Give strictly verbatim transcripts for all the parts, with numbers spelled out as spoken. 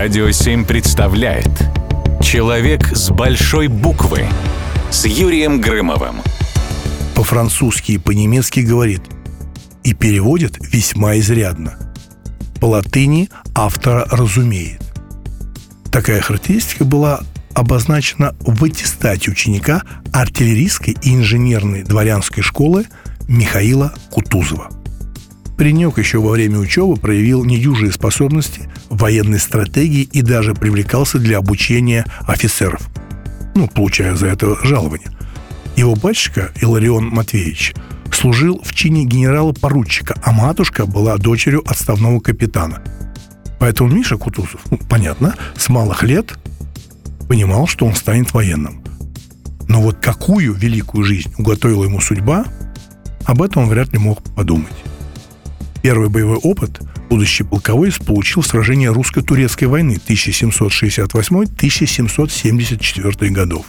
Радио семь представляет «Человек с большой буквы» с Юрием Грымовым. По-французски и по-немецки говорит и переводит весьма изрядно. По латыни автора разумеет. Такая характеристика была обозначена в аттестате ученика артиллерийской и инженерной дворянской школы Михаила Кутузова. Паренек еще во время учебы проявил недюжие способности в военной стратегии и даже привлекался для обучения офицеров, ну, получая за это жалование. Его батюшка Илларион Матвеевич служил в чине генерала-поручика, а матушка была дочерью отставного капитана. Поэтому Миша Кутузов, ну, понятно, с малых лет понимал, что он станет военным. Но вот какую великую жизнь уготовила ему судьба, об этом он вряд ли мог подумать. Первый боевой опыт будущий полководец получил в сражении русско-турецкой войны тысяча семьсот шестьдесят восьмой - тысяча семьсот семьдесят четвёртый годов.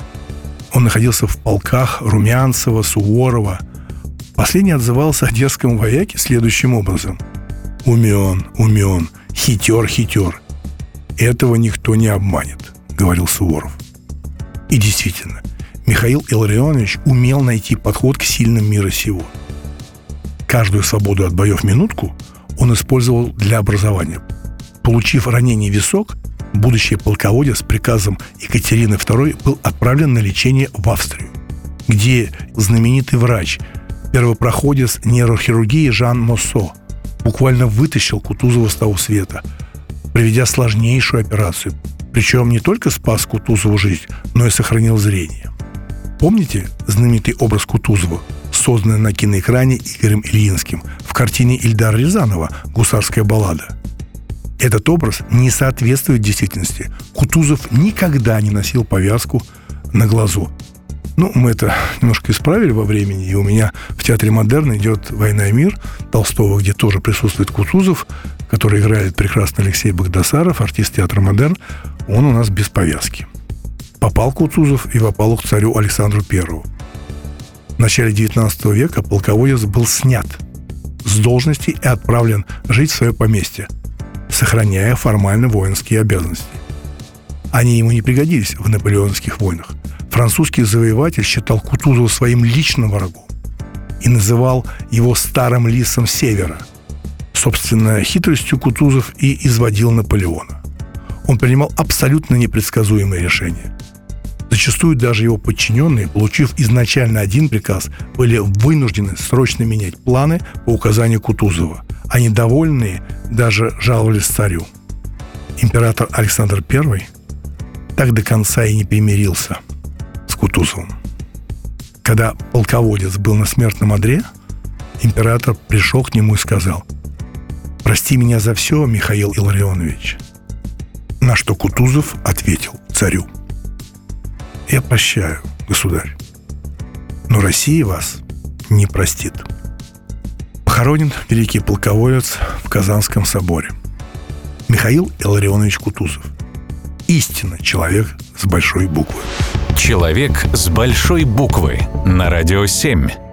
Он находился в полках Румянцева, Суворова. Последний отзывался о дерзком вояке следующим образом: «Умен, умен, хитер, хитер. Этого никто не обманет», — говорил Суворов. И действительно, Михаил Илларионович умел найти подход к сильным мира сего. Каждую свободу от боев минутку он использовал для образования. Получив ранение в висок, будущий полководец с приказом Екатерины второй был отправлен на лечение в Австрию, где знаменитый врач, первопроходец нейрохирургии Жан Моссо, буквально вытащил Кутузова с того света, проведя сложнейшую операцию. Причем не только спас Кутузову жизнь, но и сохранил зрение. Помните знаменитый образ Кутузова, созданный на киноэкране Игорем Ильинским в картине Ильдара Рязанова «Гусарская баллада»? Этот образ не соответствует действительности. Кутузов никогда не носил повязку на глазу. Ну, мы это немножко исправили во времени, и у меня в Театре Модерна идет «Война и мир» Толстого, где тоже присутствует Кутузов, который играет прекрасно Алексей Багдасаров, артист Театра Модерн. Он у нас без повязки. Попал Кутузов и попал к царю Александру Первому. В начале девятнадцатого века полководец был снят с должности и отправлен жить в свое поместье, сохраняя формально воинские обязанности. Они ему не пригодились в наполеоновских войнах. Французский завоеватель считал Кутузова своим личным врагом и называл его «старым лисом севера». Собственно, хитростью Кутузов и изводил Наполеона. Он принимал абсолютно непредсказуемые решения. Зачастую даже его подчиненные, получив изначально один приказ, были вынуждены срочно менять планы по указанию Кутузова, а недовольные даже жаловались царю. Император Александр Первый так до конца и не примирился с Кутузовым. Когда полководец был на смертном одре, император пришел к нему и сказал: «Прости меня за все, Михаил Илларионович». На что Кутузов ответил царю: «Я прощаю, государь, но Россия вас не простит». Похоронен великий полководец в Казанском соборе. Михаил Илларионович Кутузов. Истинно человек с большой буквы. «Человек с большой буквы» на Радио семь.